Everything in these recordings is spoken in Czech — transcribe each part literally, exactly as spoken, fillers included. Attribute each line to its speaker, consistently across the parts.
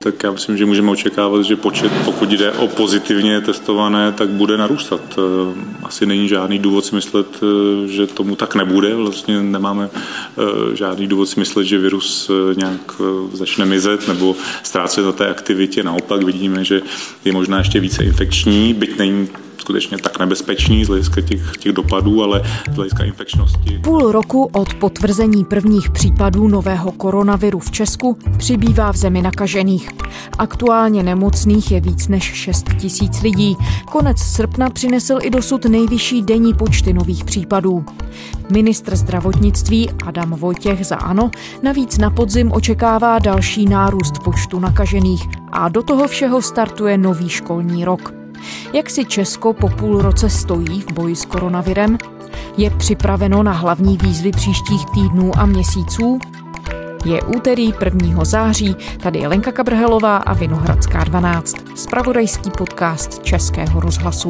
Speaker 1: tak já myslím, že můžeme očekávat, že počet, pokud jde o pozitivně testované, tak bude narůstat. Asi není žádný důvod si myslet, že tomu tak nebude. Vlastně nemáme žádný důvod si myslet, že virus nějak začne mizet nebo ztrácet na té aktivitě. Naopak vidíme, že je možná ještě více infekční, byť není skutečně tak nebezpečný z hlediska těch, těch dopadů, ale z hlediska infekčnosti.
Speaker 2: Půl roku od potvrzení prvních případů nového koronaviru v Česku přibývá v zemi nakažených. Aktuálně nemocných je víc než šest tisíc lidí. Konec srpna přinesl i dosud nejvyšší denní počty nových případů. Ministr zdravotnictví Adam Vojtěch za ANO navíc na podzim očekává další nárůst počtu nakažených a do toho všeho startuje nový školní rok. Jak si Česko po půl roce stojí v boji s koronavirem? Je připraveno na hlavní výzvy příštích týdnů a měsíců? Je úterý prvního září, tady je Lenka Kabrhelová a Vinohradská dvanáct, zpravodajský podcast Českého rozhlasu.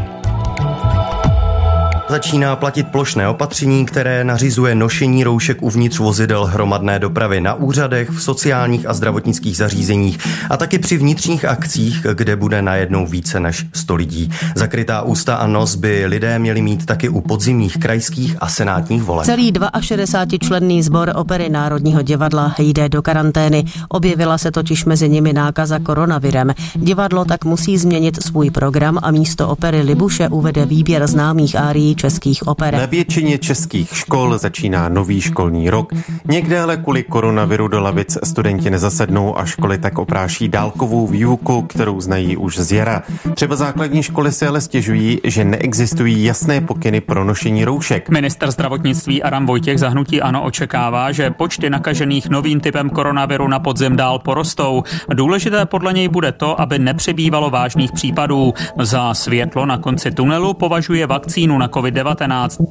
Speaker 3: Začíná platit plošné opatření, které nařizuje nošení roušek uvnitř vozidel hromadné dopravy na úřadech, v sociálních a zdravotnických zařízeních a taky při vnitřních akcích, kde bude najednou více než sto lidí. Zakrytá ústa a nos by lidé měli mít taky u podzimních krajských a senátních voleb.
Speaker 4: Celý šedesátičlenný sbor Opery Národního divadla jde do karantény. Objevila se totiž mezi nimi nákaza koronavirem. Divadlo tak musí změnit svůj program a místo opery Libuše uvede výběr známých árií českých oper.
Speaker 5: Na většině českých škol začíná nový školní rok. Někde ale kvůli koronaviru do lavic studenti nezasednou a školy tak opráší dálkovou výuku, kterou znají už z jara. Třeba základní školy si ale stěžují, že neexistují jasné pokyny pro nošení roušek.
Speaker 6: Ministr zdravotnictví Adam Vojtěch za hnutí ANO očekává, že počty nakažených novým typem koronaviru na podzim dál porostou. Důležité podle něj bude to, aby nepřibývalo vážných případů. Za světlo na konci tunelu považuje vakcínu na covid devatenáct.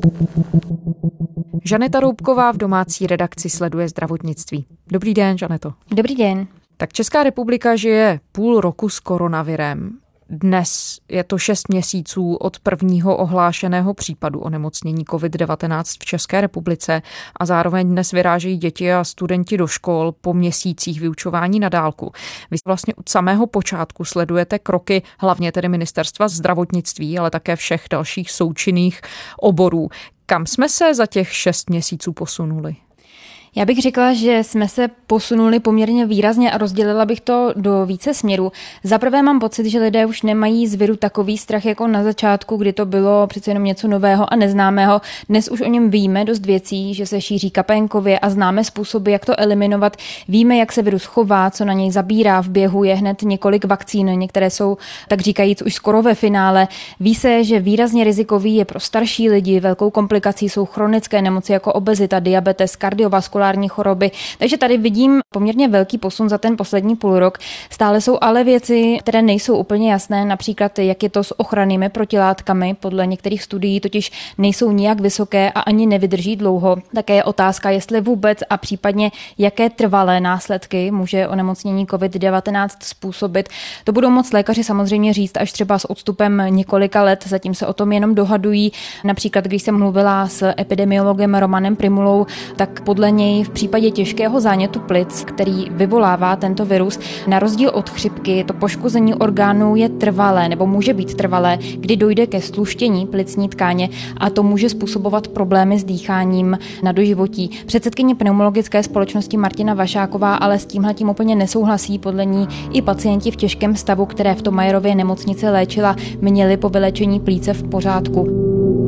Speaker 2: Žaneta Roubková v domácí redakci sleduje zdravotnictví. Dobrý den, Žaneto.
Speaker 7: Dobrý den.
Speaker 2: Tak Česká republika žije půl roku s koronavirem. Dnes je to šest měsíců od prvního ohlášeného případu onemocnění covid devatenáct v České republice a zároveň dnes vyrážejí děti a studenti do škol po měsících vyučování na dálku. Vy vlastně od samého počátku sledujete kroky hlavně tedy ministerstva zdravotnictví, ale také všech dalších součinných oborů. Kam jsme se za těch šest měsíců posunuli?
Speaker 7: Já bych řekla, že jsme se posunuli poměrně výrazně a rozdělila bych to do více směrů. Za prvé mám pocit, že lidé už nemají z viru takový strach jako na začátku, kdy to bylo přece jenom něco nového a neznámého. Dnes už o něm víme dost věcí, že se šíří kapénkově a známe způsoby, jak to eliminovat. Víme, jak se virus chová, co na něj zabírá. V běhu je hned několik vakcín, některé jsou, tak říkajíc, už skoro ve finále. Ví se, že výrazně rizikový je pro starší lidi, velkou komplikací jsou chronické nemoci jako obezita, diabetes, kardiovaskulární choroby. Takže tady vidím poměrně velký posun za ten poslední půl rok. Stále jsou ale věci, které nejsou úplně jasné, například jak je to s ochrannými protilátkami. Podle některých studií totiž nejsou nijak vysoké a ani nevydrží dlouho. Také je otázka, jestli vůbec a případně jaké trvalé následky může onemocnění covid devatenáct způsobit. To budou moc lékaři samozřejmě říct až třeba s odstupem několika let. Zatím se o tom jenom dohadují. Například, když jsem mluvila s epidemiologem Romanem Primulou, tak podle něj v případě těžkého zánětu plic, který vyvolává tento virus, na rozdíl od chřipky, to poškození orgánů je trvalé nebo může být trvalé, kdy dojde ke stluštění plicní tkáně a to může způsobovat problémy s dýcháním na doživotí. Předsedkyně pneumologické společnosti Martina Vašáková ale s tímhletím úplně nesouhlasí. Podle ní i pacienti v těžkém stavu, které v Tomajerově nemocnici léčila, měli po vylečení plíce v pořádku.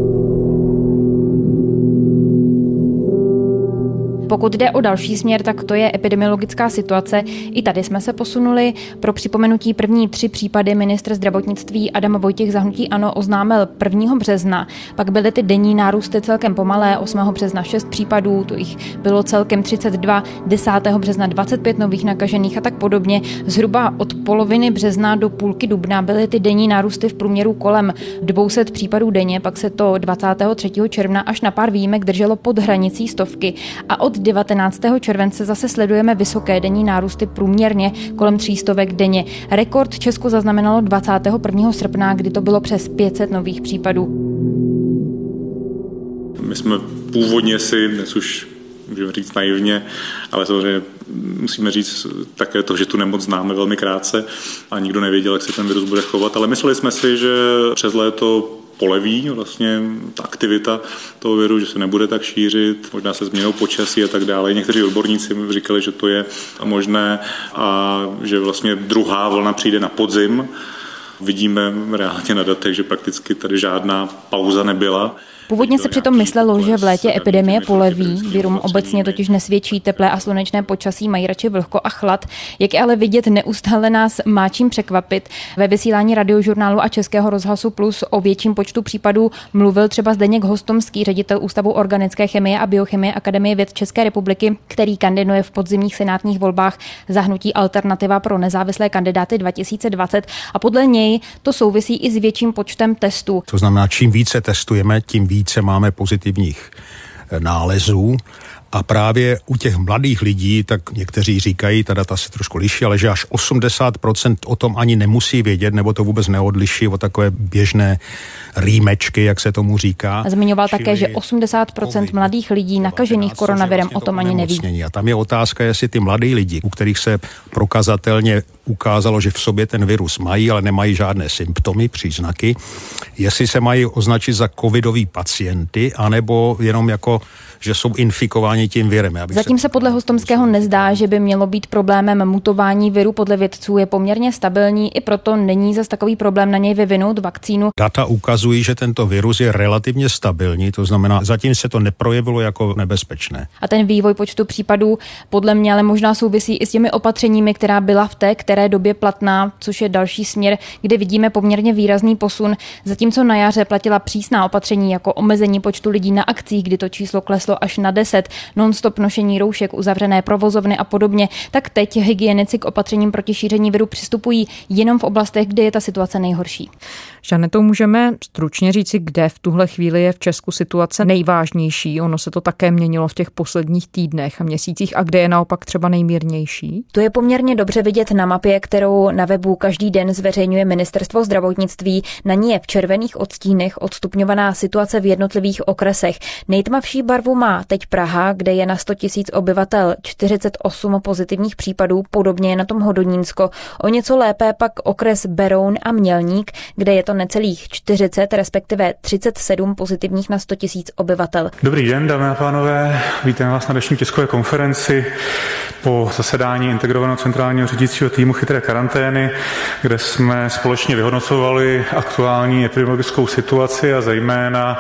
Speaker 7: Pokud jde o další směr, tak to je epidemiologická situace. I tady jsme se posunuli. Pro připomenutí první tři případy ministr zdravotnictví Adam Vojtěch za hnutí ANO oznámil prvního března. Pak byly ty denní nárůsty celkem pomalé. osmého března šest případů, to jich bylo celkem třicet dva, desátého března dvacet pět nových nakažených a tak podobně. Zhruba od poloviny března do půlky dubna byly ty denní nárůsty v průměru kolem dvě stě případů denně. Pak se to dvacátého třetího června až na pár výjimek drželo pod hranicí stovky a od devatenáctého července zase sledujeme vysoké denní nárůsty průměrně kolem tří stovek denně. Rekord Česko zaznamenalo dvacátého prvního srpna, kdy to bylo přes pět set nových případů.
Speaker 1: My jsme původně si, dnes už můžeme říct naivně, ale samozřejmě musíme říct také to, že tu nemoc známe velmi krátce a nikdo nevěděl, jak se ten virus bude chovat, ale mysleli jsme si, že přes léto poleví vlastně ta aktivita toho viru, že se nebude tak šířit, možná se změnou počasí a tak dále. Někteří odborníci mi říkali, že to je možné a že vlastně druhá vlna přijde na podzim. Vidíme reálně na datech, že prakticky tady žádná pauza nebyla.
Speaker 7: Původně se přitom myslelo, že v létě epidemie poleví. Virům obecně totiž nesvědčí teplé a slunečné počasí, mají radši vlhko a chlad. Jak je ale vidět, neustále nás má čím překvapit. Ve vysílání Radiožurnálu a Českého rozhlasu Plus o větším počtu případů mluvil třeba Zdeněk Hostomský, ředitel Ústavu organické chemie a biochemie Akademie věd České republiky, který kandiduje v podzimních senátních volbách za hnutí Alternativa pro nezávislé kandidáty dva tisíce dvacet. A podle něj to souvisí i s větším počtem testů.
Speaker 8: To znamená, čím více testujeme, tím více máme pozitivních nálezů a právě u těch mladých lidí, tak někteří říkají, ta data se trošku liší, ale že až osmdesát procent o tom ani nemusí vědět, nebo to vůbec neodliší od takové běžné rýmečky, jak se tomu říká.
Speaker 7: Zmiňoval také, že osmdesát procent mladých lidí nakažených koronavirem o tom ani neví.
Speaker 8: A tam je otázka, jestli ty mladí lidi, u kterých se prokazatelně ukázalo, že v sobě ten virus mají, ale nemají žádné symptomy, příznaky, jestli se mají označit za covidový pacienty, anebo jenom jako že jsou infikováni tím virem.
Speaker 7: Zatím se podle Hostomského nezdá, že by mělo být problémem mutování viru. Podle vědců je poměrně stabilní, i proto není zas takový problém na něj vyvinout vakcínu.
Speaker 8: Data ukazují, že tento virus je relativně stabilní, to znamená, zatím se to neprojevilo jako nebezpečné.
Speaker 7: A ten vývoj počtu případů podle mě ale možná souvisí i s těmi opatřeními, která byla v té které době platná, což je další směr, kde vidíme poměrně výrazný posun. Zatímco na jaře platila přísná opatření jako omezení počtu lidí na akcích, kdy to číslo kleslo až na deset, non-stop nošení roušek, uzavřené provozovny a podobně, tak teď hygienici k opatřením proti šíření viru přistupují jenom v oblastech, kde je ta situace nejhorší.
Speaker 2: Žaneto, můžeme stručně říci, kde v tuhle chvíli je v Česku situace nejvážnější? Ono se to také měnilo v těch posledních týdnech a měsících a kde je naopak třeba nejmírnější?
Speaker 7: To je poměrně dobře vidět na mapě, kterou na webu každý den zveřejňuje Ministerstvo zdravotnictví. Na ní je v červených odstínech odstupňovaná situace v jednotlivých okresech. Nejtmavší barvu má teď Praha, kde je na sto tisíc obyvatel čtyřicet osm pozitivních případů, podobně je na tom Hodonínsko. O něco lépe pak okres Beroun a Mělník, kde je to necelých čtyřicet, respektive třicet sedm pozitivních na sto tisíc obyvatel.
Speaker 9: Dobrý den, dámy a pánové, vítám vás na dnešní tiskové konferenci po zasedání integrovaného centrálního řídícího týmu chytré karantény, kde jsme společně vyhodnocovali aktuální epidemiologickou situaci a zejména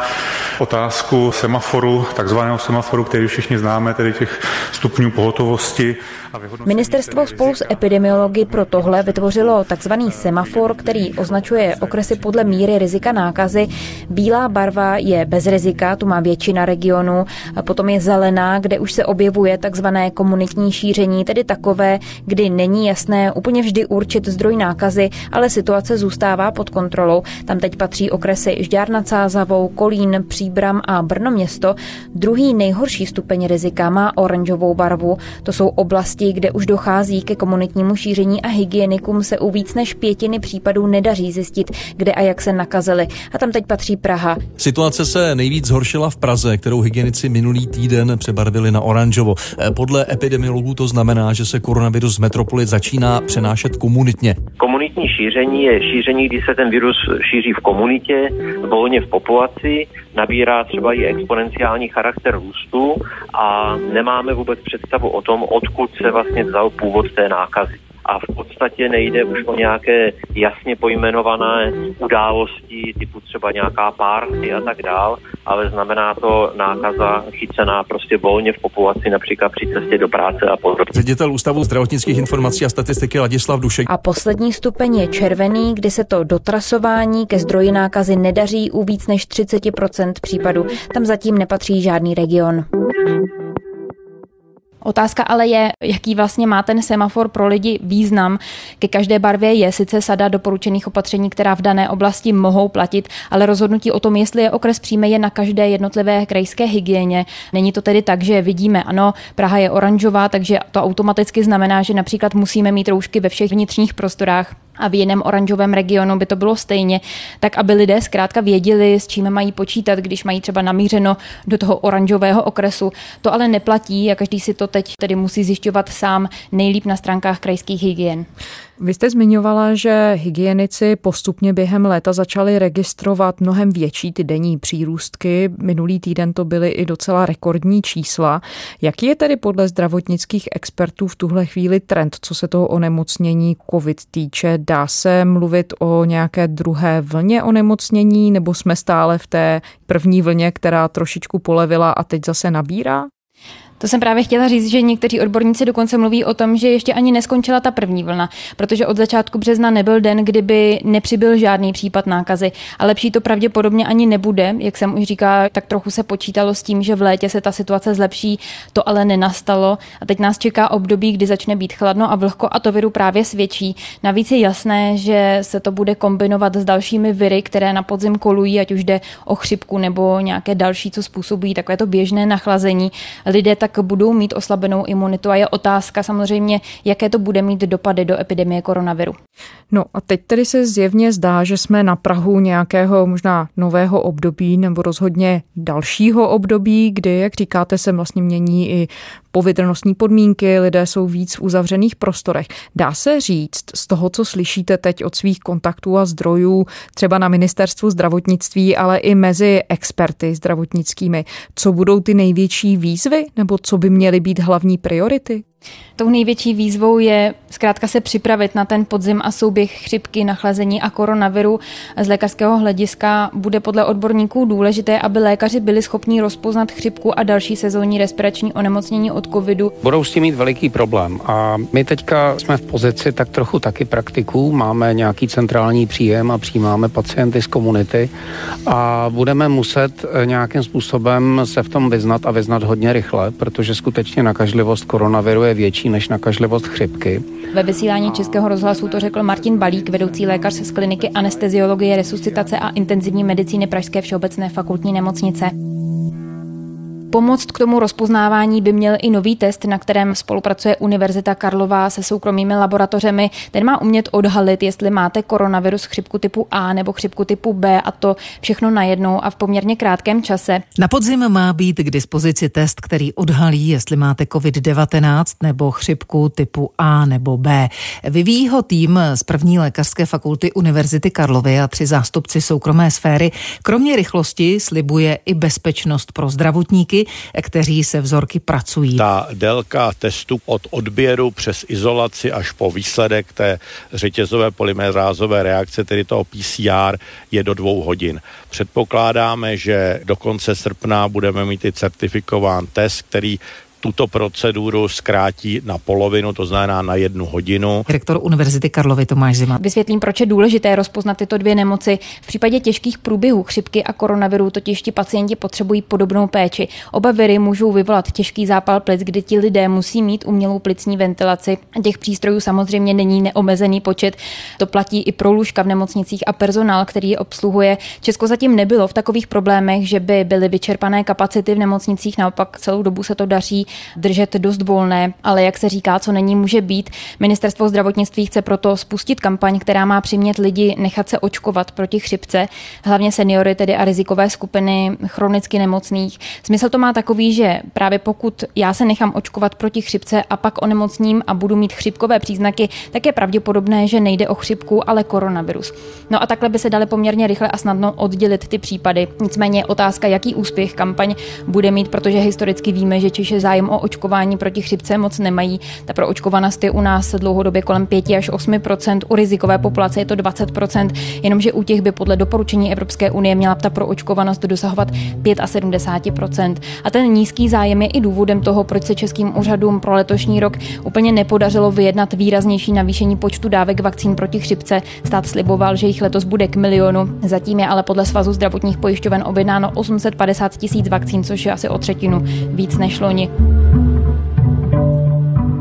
Speaker 9: otázku semaforu, takzvaného semaforu, který všichni známe, tedy těch stupňů pohotovosti.
Speaker 7: Ministerstvo spolu s epidemiology pro tohle vytvořilo takzvaný semafor, který označuje okresy podle míry rizika nákazy. Bílá barva je bez rizika, tu má většina regionů, a potom je zelená, kde už se objevuje takzvané komunitní šíření, tedy takové, kdy není jasné úplně vždy určit zdroj nákazy, ale situace zůstává pod kontrolou. Tam teď patří okresy Žďár nad Sázavou, Kolín, Příbram a Brnoměsto. Druhý nejhorší stupeň rizika má oranžovou barvu. To jsou oblasti, kde už dochází ke komunitnímu šíření a hygienikům se u víc než pětiny případů nedaří zjistit, kde a jak se nakazili. A tam teď patří Praha.
Speaker 10: Situace se nejvíc zhoršila v Praze, kterou hygienici minulý týden přebarvili na oranžovo. Podle epidemiologů to znamená, že se koronavirus z metropoly začíná přenášet komunitně.
Speaker 11: Komunitní šíření je šíření, kdy se ten virus šíří v komunitě, volně v populaci, nabírá třeba i exponenciální charakter růstu a nemáme vůbec představu o tom, odkud se vlastně vzal původ té nákazy. A v podstatě nejde už o nějaké jasně pojmenované události, typu třeba nějaká party a tak dál, ale znamená to nákaza chycená prostě volně v populaci, například při cestě do práce a podobně.
Speaker 10: Ředitel Ústavu zdravotnických informací a statistiky Ladislav Dušek.
Speaker 7: A poslední stupeň je červený, kdy se to dotrasování ke zdroji nákazy nedaří u víc než třicet procent případů. Tam zatím nepatří žádný region. Otázka ale je, jaký vlastně má ten semafor pro lidi význam. Ke každé barvě je sice sada doporučených opatření, která v dané oblasti mohou platit, ale rozhodnutí o tom, jestli je okres přijme, je na každé jednotlivé krajské hygieně. Není to tedy tak, že vidíme, ano, Praha je oranžová, takže to automaticky znamená, že například musíme mít roušky ve všech vnitřních prostorách. a v jiném oranžovém regionu by to bylo stejně, tak aby lidé zkrátka věděli, s čím mají počítat, když mají třeba namířeno do toho oranžového okresu. To ale neplatí a každý si to teď tedy musí zjišťovat sám, nejlíp na stránkách krajských hygien.
Speaker 2: Vy jste zmiňovala, že hygienici postupně během léta začali registrovat mnohem větší ty denní přírůstky. Minulý týden to byly i docela rekordní čísla. Jaký je tedy podle zdravotnických expertů v tuhle chvíli trend, co se toho onemocnění COVID týče? Dá se mluvit o nějaké druhé vlně onemocnění, nebo jsme stále v té první vlně, která trošičku polevila a teď zase nabírá?
Speaker 7: To jsem právě chtěla říct, že někteří odborníci dokonce mluví o tom, že ještě ani neskončila ta první vlna, protože od začátku března nebyl den, kdyby nepřibyl žádný případ nákazy. A lepší to pravděpodobně ani nebude, jak jsem už říkala, tak trochu se počítalo s tím, že v létě se ta situace zlepší, to ale nenastalo. A teď nás čeká období, kdy začne být chladno a vlhko a to viru právě svědčí. Navíc je jasné, že se to bude kombinovat s dalšími viry, které na podzim kolují, ať už jde o chřipku nebo nějaké další, co způsobují takové to běžné nachlazení. Lidé tak budou mít oslabenou imunitu a je otázka samozřejmě, jaké to bude mít dopady do epidemie koronaviru.
Speaker 2: No a teď tedy se zjevně zdá, že jsme na prahu nějakého možná nového období nebo rozhodně dalšího období, kdy, jak říkáte, se vlastně mění i povětrnostní podmínky, lidé jsou víc v uzavřených prostorech. Dá se říct z toho, co slyšíte teď od svých kontaktů a zdrojů, třeba na ministerstvu zdravotnictví, ale i mezi experty zdravotnickými, co budou ty největší výzvy nebo co by měly být hlavní priority?
Speaker 7: Tou největší výzvou je zkrátka se připravit na ten podzim a souběh chřipky, nachlazení a koronaviru. Z lékařského hlediska bude podle odborníků důležité, aby lékaři byli schopni rozpoznat chřipku a další sezónní respirační onemocnění od covidu.
Speaker 12: Budou s tím mít veliký problém a my teďka jsme v pozici tak trochu taky praktiků, máme nějaký centrální příjem a přijímáme pacienty z komunity a budeme muset nějakým způsobem se v tom vyznat a vyznat hodně rychle, protože skutečně nakažlivost koronaviru je větší než nakažlivost chřipky.
Speaker 7: Ve vysílání Českého rozhlasu to řekl Martin Balík, vedoucí lékař z kliniky anesteziologie, resuscitace a intenzivní medicíny Pražské všeobecné fakultní nemocnice. Pomoct k tomu rozpoznávání by měl i nový test, na kterém spolupracuje Univerzita Karlova se soukromými laboratořemi. Ten má umět odhalit, jestli máte koronavirus chřipku typu A nebo chřipku typu B a to všechno najednou a v poměrně krátkém čase.
Speaker 13: Na podzim má být k dispozici test, který odhalí, jestli máte covid devatenáct nebo chřipku typu A nebo B. Vyvíjí ho tým z první lékařské fakulty Univerzity Karlovy a tři zástupci soukromé sféry. Kromě rychlosti slibuje i bezpečnost pro zdravotníky, kteří se vzorky pracují.
Speaker 14: Ta délka testu od odběru přes izolaci až po výsledek té řetězové polymerázové reakce, tedy toho P C R, je do dvou hodin. Předpokládáme, že do konce srpna budeme mít i certifikován test, který tuto proceduru zkrátí na polovinu, to znamená na jednu hodinu.
Speaker 13: Rektor Univerzity Karlovy Tomáš Zima.
Speaker 7: Vysvětlím, proč je důležité rozpoznat tyto dvě nemoci. V případě těžkých průběhů chřipky a koronaviru totiž ti pacienti potřebují podobnou péči. Oba viry můžou vyvolat těžký zápal plic, kdy ti lidé musí mít umělou plicní ventilaci. Těch přístrojů samozřejmě není neomezený počet. To platí i pro lůžka v nemocnicích a personál, který je obsluhuje. Česko zatím nebylo v takových problémech, že by byly vyčerpané kapacity v nemocnicích, naopak celou dobu se to daří držet dost volné, ale jak se říká, co není, může být. Ministerstvo zdravotnictví chce proto spustit kampaň, která má přimět lidi nechat se očkovat proti chřipce, hlavně seniory tedy a rizikové skupiny chronicky nemocných. Smysl to má takový, že právě pokud já se nechám očkovat proti chřipce a pak onemocním a budu mít chřipkové příznaky, tak je pravděpodobné, že nejde o chřipku, ale koronavirus. No a takhle by se daly poměrně rychle a snadno oddělit ty případy. Nicméně je otázka, jaký úspěch kampaň bude mít, protože historicky víme, že Češi zájem o očkování proti chřipce moc nemají. Ta proočkovanost je u nás dlouhodobě kolem pět až osm procent, u rizikové populace je to dvacet procent, jenomže u těch by podle doporučení Evropské unie měla ta proočkovanost dosahovat sedmdesát pět procent. A ten nízký zájem je i důvodem toho, proč se českým úřadům pro letošní rok úplně nepodařilo vyjednat výraznější navýšení počtu dávek vakcín proti chřipce. Stát sliboval, že jich letos bude k milionu. Zatím je ale podle Svazu zdravotních pojišťoven objednáno osm set padesát tisíc vakcín, což je asi o třetinu víc než loni.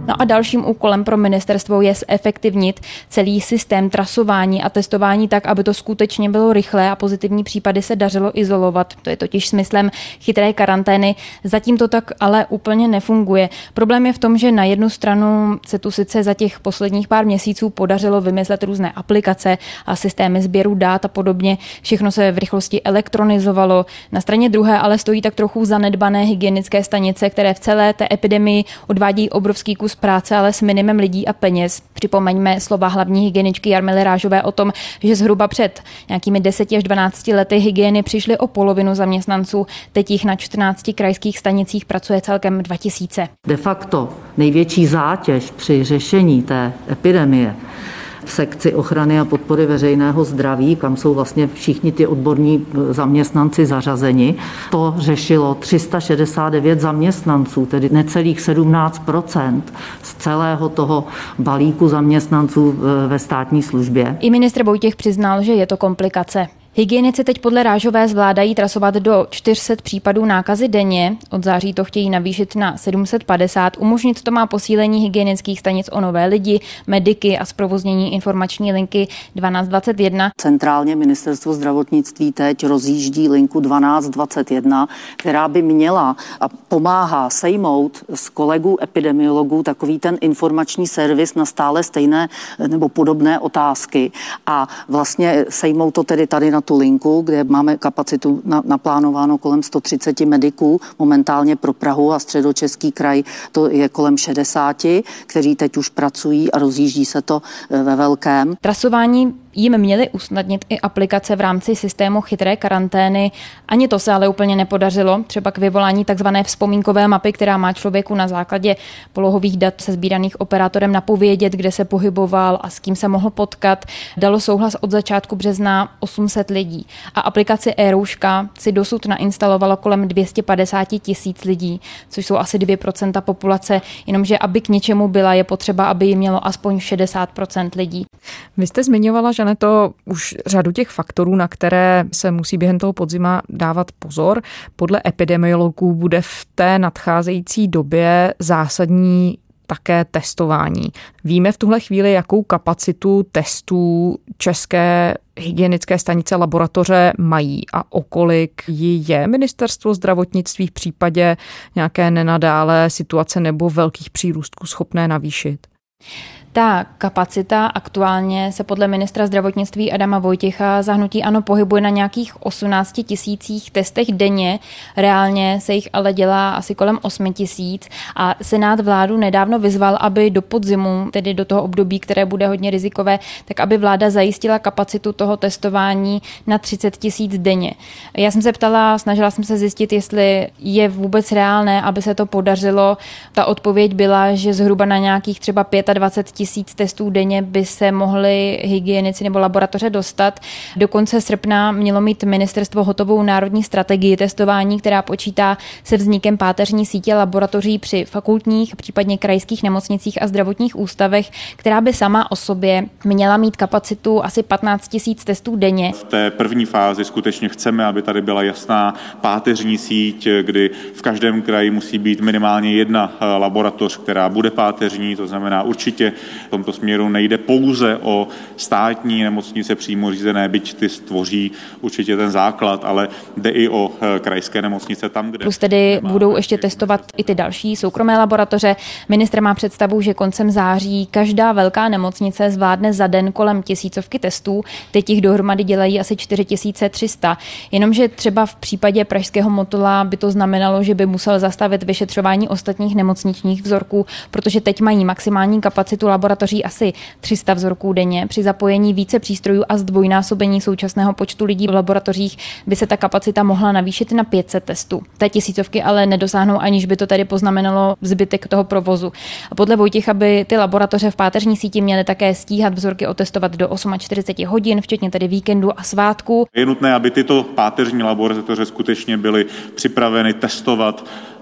Speaker 7: No a dalším úkolem pro ministerstvo je zefektivnit celý systém trasování a testování tak, aby to skutečně bylo rychlé a pozitivní případy se dařilo izolovat. To je totiž smyslem chytré karantény. Zatím to tak ale úplně nefunguje. Problém je v tom, že na jednu stranu se tu sice za těch posledních pár měsíců podařilo vymyslet různé aplikace a systémy sběru dát a podobně. Všechno se v rychlosti elektronizovalo. Na straně druhé ale stojí tak trochu zanedbané hygienické stanice, které v celé té epidemii odvádějí obrovský kus práce, ale s minimem lidí a peněz. Připomeňme slova hlavní hygieničky Jarmily Rážové o tom, že zhruba před nějakými deseti až dvanácti lety hygieny přišly o polovinu zaměstnanců. Teď jich na čtrnácti krajských stanicích pracuje celkem dva tisíce.
Speaker 15: De facto největší zátěž při řešení té epidemie v sekci ochrany a podpory veřejného zdraví, kam jsou vlastně všichni ty odborní zaměstnanci zařazeni. To řešilo tři sta šedesát devět zaměstnanců, tedy necelých sedmnáct procent z celého toho balíku zaměstnanců ve státní službě.
Speaker 7: I ministr Vojtěch přiznal, že je to komplikace. Hygienici teď podle Rážové zvládají trasovat do čtyři sta případů nákazy denně. Od září to chtějí navýšit na sedm set padesát. Umožnit to má posílení hygienických stanic o nové lidi, mediky a zprovoznění informační linky dvanáct dvacet jedna.
Speaker 15: Centrálně ministerstvo zdravotnictví teď rozjíždí linku dvanáct dvacet jedna, která by měla a pomáhá sejmout z kolegů epidemiologů takový ten informační servis na stále stejné nebo podobné otázky a vlastně sejmout to tedy tady na tu linku, kde máme kapacitu na, naplánováno kolem sto třicet mediků, momentálně pro Prahu a Středočeský kraj to je kolem šedesáti, kteří teď už pracují a rozjíždí se to ve velkém.
Speaker 7: Trasování jim měly usnadnit i aplikace v rámci systému chytré karantény. Ani to se ale úplně nepodařilo, třeba k vyvolání takzvané vzpomínkové mapy, která má člověku na základě polohových dat sesbíraných operátorem napovědět, kde se pohyboval a s kým se mohl potkat. Dalo souhlas od začátku března osm set lidí. A aplikaci e-rouška si dosud nainstalovalo kolem dvě stě padesát tisíc lidí, což jsou asi dvě procenta populace, jenomže aby k něčemu byla, je potřeba, aby ji mělo aspoň šedesát procent lidí.
Speaker 2: Vy jste zmiňovala, že to už řadu těch faktorů, na které se musí během toho podzima dávat pozor. Podle epidemiologů bude v té nadcházející době zásadní také testování. Víme v tuhle chvíli, jakou kapacitu testů české hygienické stanice, laboratoře mají a o kolik ji je ministerstvo zdravotnictví v případě nějaké nenadálé situace nebo velkých přírůstků schopné navýšit?
Speaker 7: Ta kapacita aktuálně se podle ministra zdravotnictví Adama Vojtěcha za hnutí ANO pohybuje na nějakých osmnácti tisících testech denně. Reálně se jich ale dělá asi kolem osmi tisíc a Senát vládu nedávno vyzval, aby do podzimu, tedy do toho období, které bude hodně rizikové, tak aby vláda zajistila kapacitu toho testování na třicet tisíc denně. Já jsem se ptala, snažila jsem se zjistit, jestli je vůbec reálné, aby se to podařilo. Ta odpověď byla, že zhruba na nějakých třeba dvacet pět tisíc testů denně by se mohli hygienici nebo laboratoře dostat. Do konce srpna mělo mít ministerstvo hotovou národní strategii testování, která počítá se vznikem páteřní sítě laboratoří při fakultních, případně krajských nemocnicích a zdravotních ústavech, která by sama o sobě měla mít kapacitu asi patnáct tisíc testů denně.
Speaker 1: V té první fázi skutečně chceme, aby tady byla jasná páteřní síť, kdy v každém kraji musí být minimálně jedna laboratoř, která bude páteřní, to znamená určitě v tomto směru nejde pouze o státní nemocnice přímo řízené, byť ty stvoří určitě ten základ, ale jde i o krajské nemocnice tam, kde...
Speaker 7: Plus tedy budou ještě testovat i ty další soukromé laboratoře. Ministr má představu, že koncem září každá velká nemocnice zvládne za den kolem tisícovky testů. Teď jich dohromady dělají asi čtyři tisíce tři sta. Jenomže třeba v případě pražského Motola by to znamenalo, že by musel zastavit vyšetřování ostatních nemocničních vzorků, protože teď mají maximální kapacitu laboratoří asi tři sta vzorků denně. Při zapojení více přístrojů a zdvojnásobení současného počtu lidí v laboratořích by se ta kapacita mohla navýšit na pět set testů. Té tisícovky ale nedosáhnou, aniž by to tady poznamenalo zbytek toho provozu. A podle Vojtěcha by ty laboratoře v páteřní síti měly také stíhat vzorky otestovat do čtyřicet osm hodin, včetně tedy víkendu a svátku.
Speaker 1: Je nutné, aby tyto páteřní laboratoře skutečně byly připraveny testovat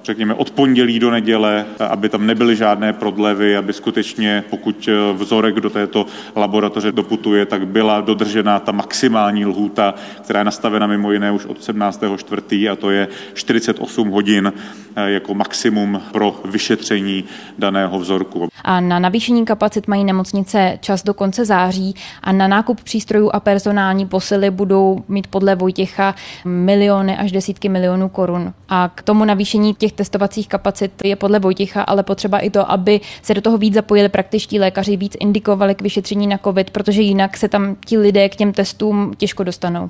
Speaker 1: řekněme od pondělí do neděle, aby tam nebyly žádné prodlevy, aby skutečně pokud vzorek do této laboratoře doputuje, tak byla dodržena ta maximální lhůta, která je nastavena mimo jiné už od sedmnáctého čtvrtého a to je čtyřicet osm hodin jako maximum pro vyšetření daného vzorku.
Speaker 7: A na navýšení kapacit mají nemocnice čas do konce září a na nákup přístrojů a personální posily budou mít podle Vojtěcha miliony až desítky milionů korun. A k tomu navýšení těch testovacích kapacit je podle Vojtěcha ale potřeba i to, aby se do toho víc zapojili praktičtí lékaři, víc indikovali k vyšetření na COVID, protože jinak se tam ti lidé k těm testům těžko dostanou.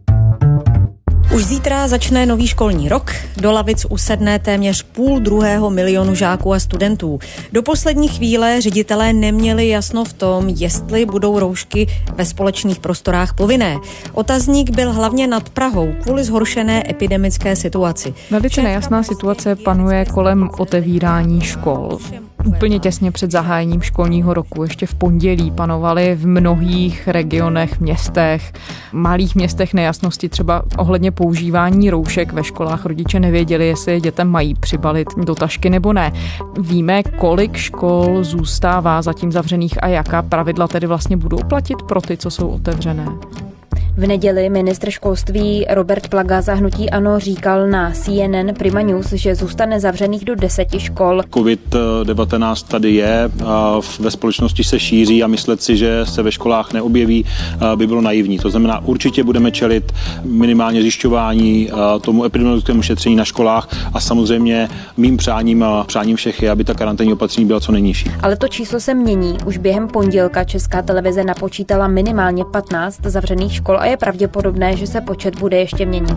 Speaker 16: Už zítra začne nový školní rok. Do lavic usedne téměř půl druhého milionu žáků a studentů. Do poslední chvíle ředitelé neměli jasno v tom, jestli budou roušky ve společných prostorách povinné. Otazník byl hlavně nad Prahou kvůli zhoršené epidemické situaci.
Speaker 2: Velice nejasná situace panuje kolem otevírání škol. Úplně těsně před zahájením školního roku, ještě v pondělí, panovaly v mnohých regionech, městech, malých městech nejasnosti třeba ohledně používání roušek ve školách. Rodiče nevěděli, jestli je dětem mají přibalit do tašky nebo ne. Víme, kolik škol zůstává zatím zavřených a jaká pravidla tedy vlastně budou platit pro ty, co jsou otevřené.
Speaker 7: V neděli ministr školství Robert Plaga za hnutí ANO říkal na C N N Prima News, že zůstane zavřených do deseti škol.
Speaker 17: covid devatenáct tady je, a ve společnosti se šíří a myslet si, že se ve školách neobjeví, by bylo naivní. To znamená, určitě budeme čelit minimálně zjišťování tomu epidemiologickému šetření na školách a samozřejmě mým přáním a přáním všech je, aby ta karanténní opatření byla co nejnižší.
Speaker 7: Ale to číslo se mění. Už během pondělka Česká televize napočítala minimálně patnáct zavřených škol a je pravděpodobné, že se počet bude ještě měnit.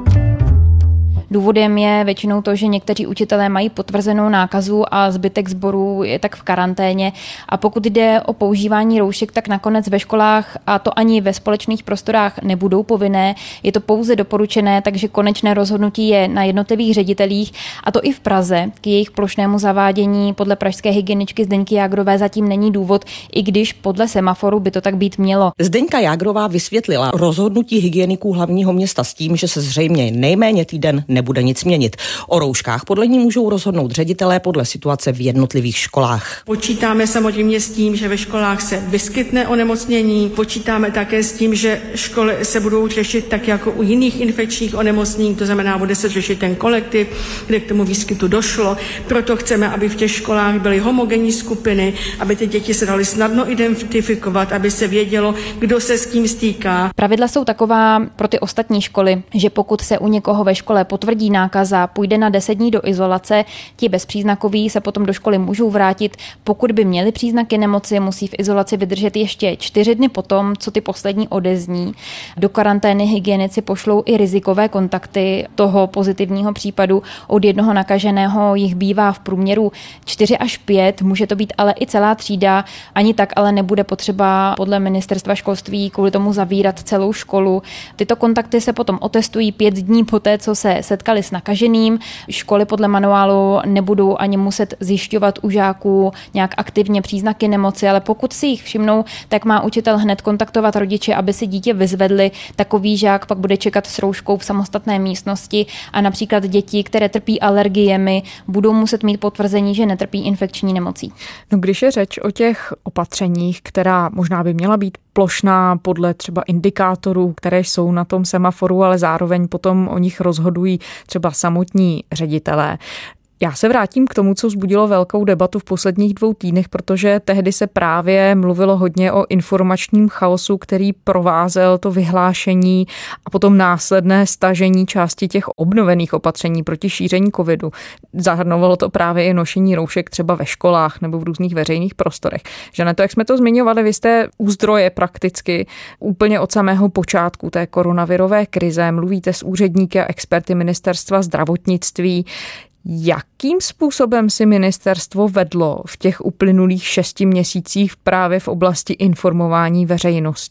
Speaker 7: Důvodem je většinou to, že někteří učitelé mají potvrzenou nákazu a zbytek sborů je tak v karanténě. A pokud jde o používání roušek, tak nakonec ve školách, a to ani ve společných prostorách, nebudou povinné. Je to pouze doporučené, takže konečné rozhodnutí je na jednotlivých ředitelích, a to i v Praze. K jejich plošnému zavádění podle pražské hygieničky Zdeňky Jágrové zatím není důvod, i když podle semaforu by to tak být mělo.
Speaker 18: Zdeňka Jágrová vysvětlila rozhodnutí hygieniků hlavního města s tím, že se zřejmě nejméně týden nebude nic měnit. O rouškách podle ní můžou rozhodnout ředitelé podle situace v jednotlivých školách.
Speaker 19: Počítáme samozřejmě s tím, že ve školách se vyskytne onemocnění. Počítáme také s tím, že školy se budou řešit tak jako u jiných infekčních onemocnění, to znamená, bude se řešit ten kolektiv, kde k tomu výskytu došlo. Proto chceme, aby v těch školách byly homogenní skupiny, aby ty děti se daly snadno identifikovat, aby se vědělo, kdo se s kým stýká.
Speaker 7: Pravidla jsou taková pro ty ostatní školy, že pokud se u někoho ve škole potvrdí nákaza, půjde na deset dní do izolace, ti bezpříznakoví se potom do školy můžou vrátit. Pokud by měli příznaky nemoci, musí v izolaci vydržet ještě čtyři dny potom, co ty poslední odezní. Do karantény hygienici pošlou i rizikové kontakty toho pozitivního případu. Od jednoho nakaženého jich bývá v průměru čtyři až pět, může to být ale i celá třída. Ani tak ale nebude potřeba podle ministerstva školství kvůli tomu zavírat celou školu. Tyto kontakty se potom otestují pět dní poté, co se setkali s nakaženým. Školy podle manuálu nebudou ani muset zjišťovat u žáků nějak aktivně příznaky nemoci, ale pokud si jich všimnou, tak má učitel hned kontaktovat rodiče, aby si dítě vyzvedli. Takový žák pak bude čekat s rouškou v samostatné místnosti a například děti, které trpí alergiemi, budou muset mít potvrzení, že netrpí infekční nemocí.
Speaker 2: No, když je řeč o těch opatřeních, která možná by měla být plošná podle třeba indikátorů, které jsou na tom semaforu, ale zároveň potom o nich rozhodují třeba samotní ředitelé. Já se vrátím k tomu, co vzbudilo velkou debatu v posledních dvou týdnech, protože tehdy se právě mluvilo hodně o informačním chaosu, který provázel to vyhlášení a potom následné stažení části těch obnovených opatření proti šíření covidu. Zahrnovalo to právě i nošení roušek třeba ve školách nebo v různých veřejných prostorech. Žaneto, jak jsme to zmiňovali, vy jste u zdroje prakticky úplně od samého počátku té koronavirové krize. Mluvíte s úředníky a experty ministerstva zdravotnictví. Jakým způsobem si ministerstvo vedlo v těch uplynulých šesti měsících právě v oblasti informování veřejnosti?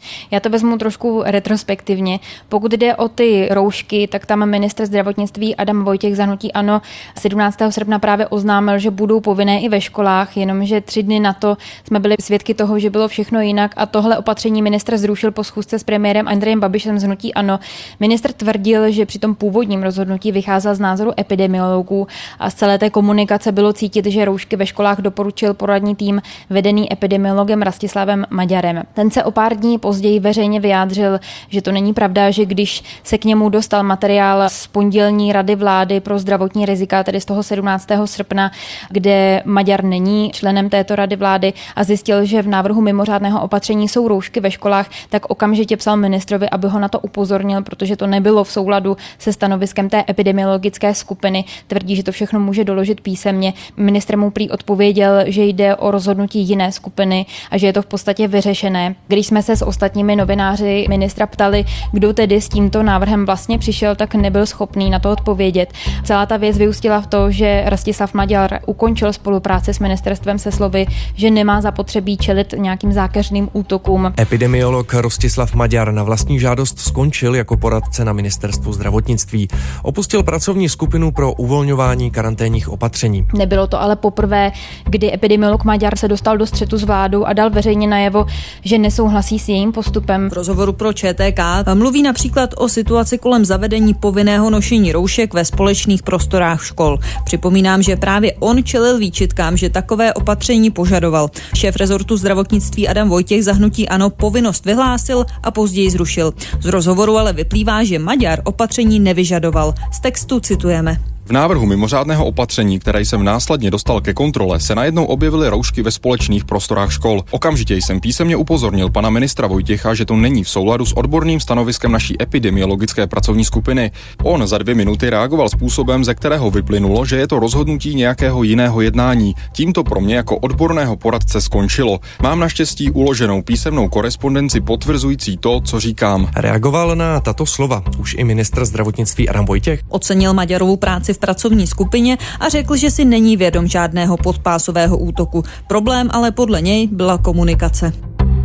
Speaker 7: Já to vezmu trošku retrospektivně. Pokud jde o ty roušky, tak tam ministr zdravotnictví Adam Vojtěch za hnutí ANO sedmnáctého srpna právě oznámil, že budou povinné i ve školách, jenomže tři dny na to jsme byli svědky toho, že bylo všechno jinak a tohle opatření ministr zrušil po schůzce s premiérem Andrejem Babišem z hnutí ANO. Ministr tvrdil, že při tom původním rozhodnutí vycházel z názoru epidemiologů a z celé té komunikace bylo cítit, že roušky ve školách doporučil poradní tým vedený epidemiologem Rastislavem Maďarem. Ten se o pár dní později veřejně vyjádřil, že to není pravda, že když se k němu dostal materiál z pondělní rady vlády pro zdravotní rizika, tedy z toho sedmnáctého srpna, kde Maďar není členem této rady vlády a zjistil, že v návrhu mimořádného opatření jsou roušky ve školách, tak okamžitě psal ministrovi, aby ho na to upozornil, protože to nebylo v souladu se stanoviskem té epidemiologické skupiny. Tvrdí, že to všechno může doložit písemně. Ministr mu prý odpověděl, že jde o rozhodnutí jiné skupiny a že je to v podstatě vyřešené. Když jsme se s ostatními novináři ministra ptali, kdo tedy s tímto návrhem vlastně přišel, tak nebyl schopný na to odpovědět. Celá ta věc vyústila v to, že Rastislav Maďar ukončil spolupráci s ministerstvem se slovy, že nemá zapotřebí čelit nějakým zákeřným útokům.
Speaker 20: Epidemiolog Rostislav Maďar na vlastní žádost skončil jako poradce na ministerstvu zdravotnictví. Opustil pracovní skupinu pro uvolňování karanténních opatření.
Speaker 7: Nebylo to ale poprvé, kdy epidemiolog Maďar se dostal do střetu s vládou a dal veřejně najevo, že nesouhlasí s jejím postupem.
Speaker 21: V rozhovoru pro Č T K mluví například o situaci kolem zavedení povinného nošení roušek ve společných prostorách škol. Připomínám, že právě on čelil výčitkám, že takové opatření požadoval. Šéf rezortu zdravotnictví Adam Vojtěch za hnutí ANO povinnost vyhlásil a později zrušil. Z rozhovoru ale vyplývá, že Maďar opatření nevyžadoval. Z textu citujeme.
Speaker 22: V návrhu mimořádného opatření, které jsem následně dostal ke kontrole, se najednou objevily roušky ve společných prostorách škol. Okamžitě jsem písemně upozornil pana ministra Vojtěcha, že to není v souladu s odborným stanoviskem naší epidemiologické pracovní skupiny. On za dvě minuty reagoval způsobem, ze kterého vyplynulo, že je to rozhodnutí nějakého jiného jednání. Tím to pro mě jako odborného poradce skončilo. Mám naštěstí uloženou písemnou korespondenci potvrzující to, co říkám.
Speaker 20: Reagoval na tato slova už i ministr zdravotnictví Adam Vojtěch.
Speaker 21: Ocenil Maďarovu práci v pracovní skupině a řekl, že si není vědom žádného podpásového útoku. Problém ale podle něj byla komunikace.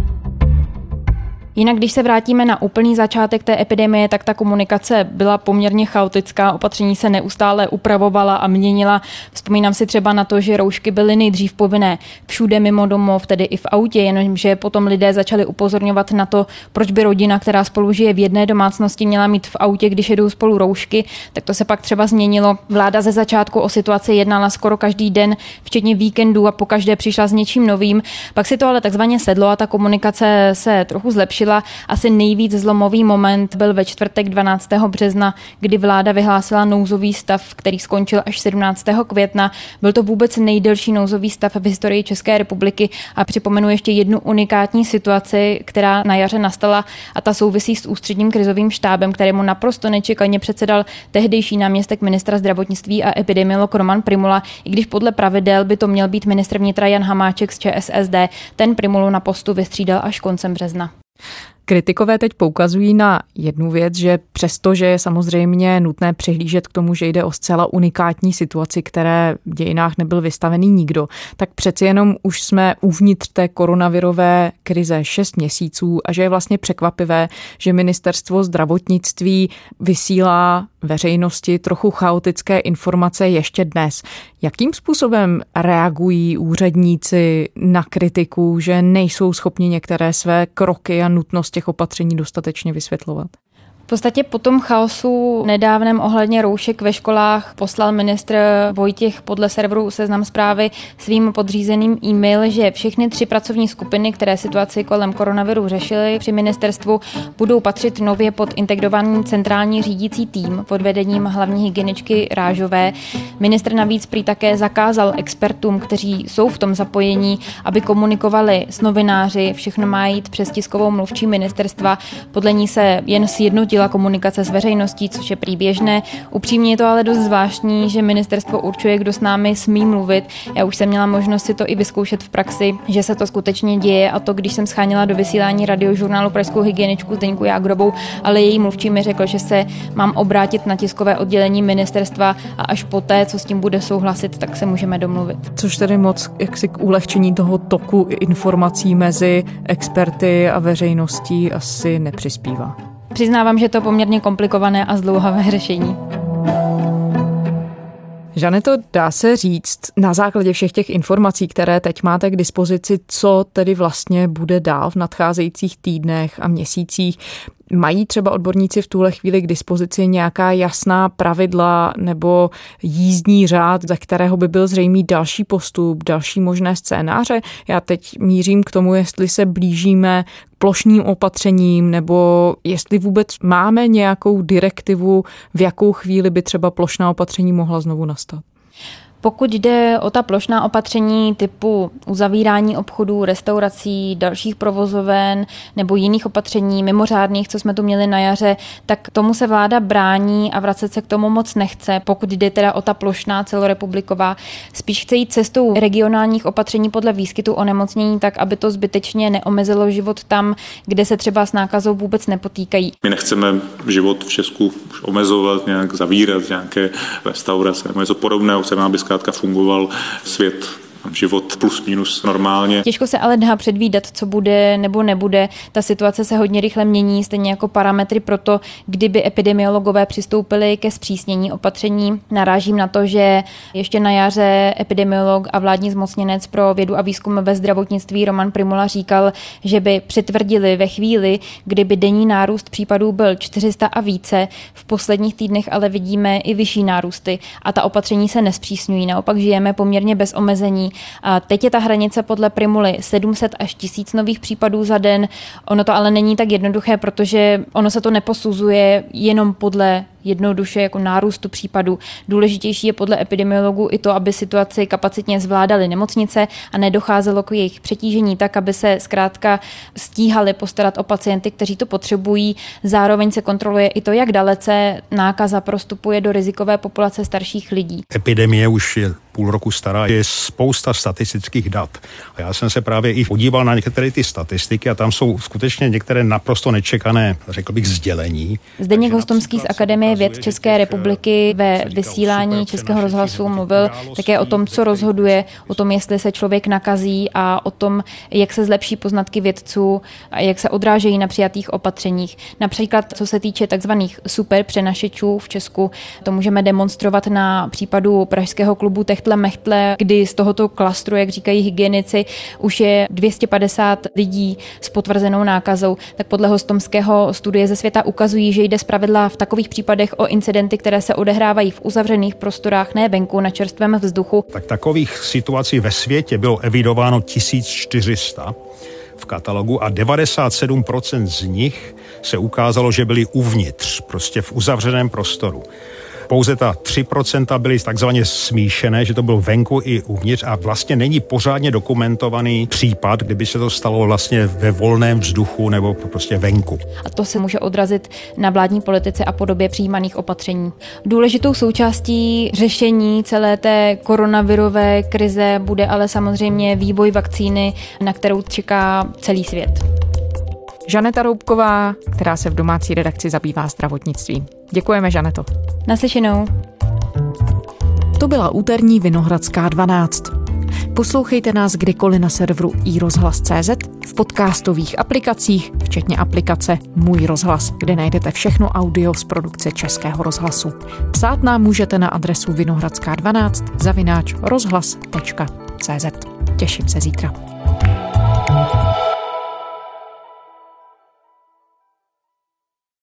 Speaker 7: Jinak, když se vrátíme na úplný začátek té epidemie, tak ta komunikace byla poměrně chaotická, opatření se neustále upravovala a měnila. Vzpomínám si třeba na to, že roušky byly nejdřív povinné všude mimo domov, tedy i v autě, jenomže potom lidé začali upozorňovat na to, proč by rodina, která spolu žije v jedné domácnosti, měla mít v autě, když jedou spolu roušky, tak to se pak třeba změnilo. Vláda ze začátku o situaci jednala skoro každý den, včetně víkendů a pokaždé přišla s něčím novým. Pak si to ale takzvaně sedlo a ta komunikace se trochu zlepšila. Asi nejvíc zlomový moment byl ve čtvrtek dvanáctého března, kdy vláda vyhlásila nouzový stav, který skončil až sedmnáctého května. Byl to vůbec nejdelší nouzový stav v historii České republiky a připomenu ještě jednu unikátní situaci, která na jaře nastala a ta souvisí s ústředním krizovým štábem, kterému naprosto nečekaně předsedal tehdejší náměstek ministra zdravotnictví a epidemiolog Roman Prymula, i když podle pravidel by to měl být ministr vnitra Jan Hamáček z Č S S D. Ten Prymulu na postu vystřídal až koncem března.
Speaker 2: Kritikové teď poukazují na jednu věc, že přesto, že je samozřejmě nutné přihlížet k tomu, že jde o zcela unikátní situaci, které v dějinách nebyl vystavený nikdo, tak přeci jenom už jsme uvnitř té koronavirové krize šest měsíců a že je vlastně překvapivé, že ministerstvo zdravotnictví vysílá veřejnosti trochu chaotické informace ještě dnes. Jakým způsobem reagují úředníci na kritiku, že nejsou schopni některé své kroky a nutnost těch opatření dostatečně vysvětlovat?
Speaker 7: V podstatě po tom chaosu nedávném ohledně roušek ve školách poslal ministr Vojtěch podle serveru Seznam Zprávy svým podřízeným e-mail, že všechny tři pracovní skupiny, které situaci kolem koronaviru řešily při ministerstvu, budou patřit nově pod integrovaný centrální řídící tým pod vedením hlavní hygieničky Rážové. Ministr navíc prý také zakázal expertům, kteří jsou v tom zapojení, aby komunikovali s novináři. Všechno má jít přes tiskovou mluvčí ministerstva. Podle ní se jen sjednotil síla komunikace s veřejností, což je prý běžné. Upřímně je to ale dost zvláštní, že ministerstvo určuje, kdo s námi smí mluvit. Já už jsem měla možnost si to i vyzkoušet v praxi, že se to skutečně děje, a to když jsem scháněla do vysílání radiožurnálu pražskou hygieničku Zdeňku Jágrovou, ale její mluvčí mi řekl, že se mám obrátit na tiskové oddělení ministerstva a až poté, co s tím bude souhlasit, tak se můžeme domluvit.
Speaker 2: Což tedy moc jaksi k ulehčení toho toku informací mezi experty a veřejností asi nepřispívá.
Speaker 7: Přiznávám, že je to poměrně komplikované a zdlouhavé řešení.
Speaker 2: Žaneto, dá se říct na základě všech těch informací, které teď máte k dispozici, co tedy vlastně bude dál v nadcházejících týdnech a měsících? Mají třeba odborníci v tuhle chvíli k dispozici nějaká jasná pravidla nebo jízdní řád, ze kterého by byl zřejmý další postup, další možné scénáře? Já teď mířím k tomu, jestli se blížíme k plošným opatřením nebo jestli vůbec máme nějakou direktivu, v jakou chvíli by třeba plošná opatření mohla znovu nastat.
Speaker 7: Pokud jde o ta plošná opatření typu uzavírání obchodů, restaurací, dalších provozoven nebo jiných opatření mimořádných, co jsme tu měli na jaře, tak tomu se vláda brání a vracet se k tomu moc nechce. Pokud jde teda o ta plošná celorepubliková, spíš chce jít cestou regionálních opatření podle výskytu onemocnění, tak aby to zbytečně neomezilo život tam, kde se třeba s nákazou vůbec nepotýkají.
Speaker 1: My nechceme život v Česku už omezovat, nějak zavírat nějaké restaurace nebo něco podobného, chceme, aby zkrátka fungoval svět, život plus minus normálně.
Speaker 7: Těžko se ale dá předvídat, co bude nebo nebude. Ta situace se hodně rychle mění, stejně jako parametry pro to, kdyby epidemiologové přistoupili ke zpřísnění opatření. Narážím na to, že ještě na jaře epidemiolog a vládní zmocněnec pro vědu a výzkum ve zdravotnictví Roman Prymula říkal, že by přitvrdili ve chvíli, kdyby denní nárůst případů byl čtyři sta a více. V posledních týdnech ale vidíme i vyšší nárůsty a ta opatření se nespřísňují. Naopak žijeme poměrně bez omezení. A teď je ta hranice podle Prymuly sedm set až tisíc nových případů za den. Ono to ale není tak jednoduché, protože ono se to neposuzuje jenom podle jednoduše jako nárůstu případů. Důležitější je podle epidemiologů i to, aby situaci kapacitně zvládaly nemocnice a nedocházelo k jejich přetížení tak, aby se zkrátka stíhali postarat o pacienty, kteří to potřebují. Zároveň se kontroluje i to, jak dalece nákaza prostupuje do rizikové populace starších lidí.
Speaker 8: Epidemie už je půl roku stará, je spousta statistických dat. A já jsem se právě i podíval na některé ty statistiky a tam jsou skutečně některé naprosto nečekané, řekl bych, sdělení.
Speaker 7: Zdeněk Hostomský z Akademie věd České republiky ve vysílání Českého rozhlasu mluvil také o tom, co rozhoduje, o tom, jestli se člověk nakazí a o tom, jak se zlepší poznatky vědců a jak se odrážejí na přijatých opatřeních. Například, co se týče takzvaných super přenašečů v Česku, to můžeme demonstrovat na případu pražského klubu Techtle Mechtle, kdy z tohoto klastru, jak říkají hygienici, už je dvě stě padesát lidí s potvrzenou nákazou. Tak podle Hostomského studie ze světa ukazují, že jde zpravidla v takových případech o incidenty, které se odehrávají v uzavřených prostorách, ne venku na čerstvém vzduchu.
Speaker 8: Tak takových situací ve světě bylo evidováno tisíc čtyři sta v katalogu a devadesát sedm procent z nich se ukázalo, že byly uvnitř, prostě v uzavřeném prostoru. Pouze ta tři procenta byly takzvaně smíšené, že to bylo venku i uvnitř a vlastně není pořádně dokumentovaný případ, kdyby se to stalo vlastně ve volném vzduchu nebo prostě venku.
Speaker 7: A to se může odrazit na vládní politice a podobě přijímaných opatření. Důležitou součástí řešení celé té koronavirové krize bude ale samozřejmě vývoj vakcíny, na kterou čeká celý svět.
Speaker 2: Žaneta Roubková, která se v domácí redakci zabývá zdravotnictvím. Děkujeme, Žaneto.
Speaker 7: Naslyšenou.
Speaker 2: To byla úterní Vinohradská dvanáct. Poslouchejte nás kdykoliv na serveru i rozhlas tečka cé zet, v podcastových aplikacích, včetně aplikace Můj rozhlas, kde najdete všechno audio z produkce Českého rozhlasu. Psát nám můžete na adresu vinohradská dvanáct zavináč rozhlas tečka cé zet. Těším se zítra.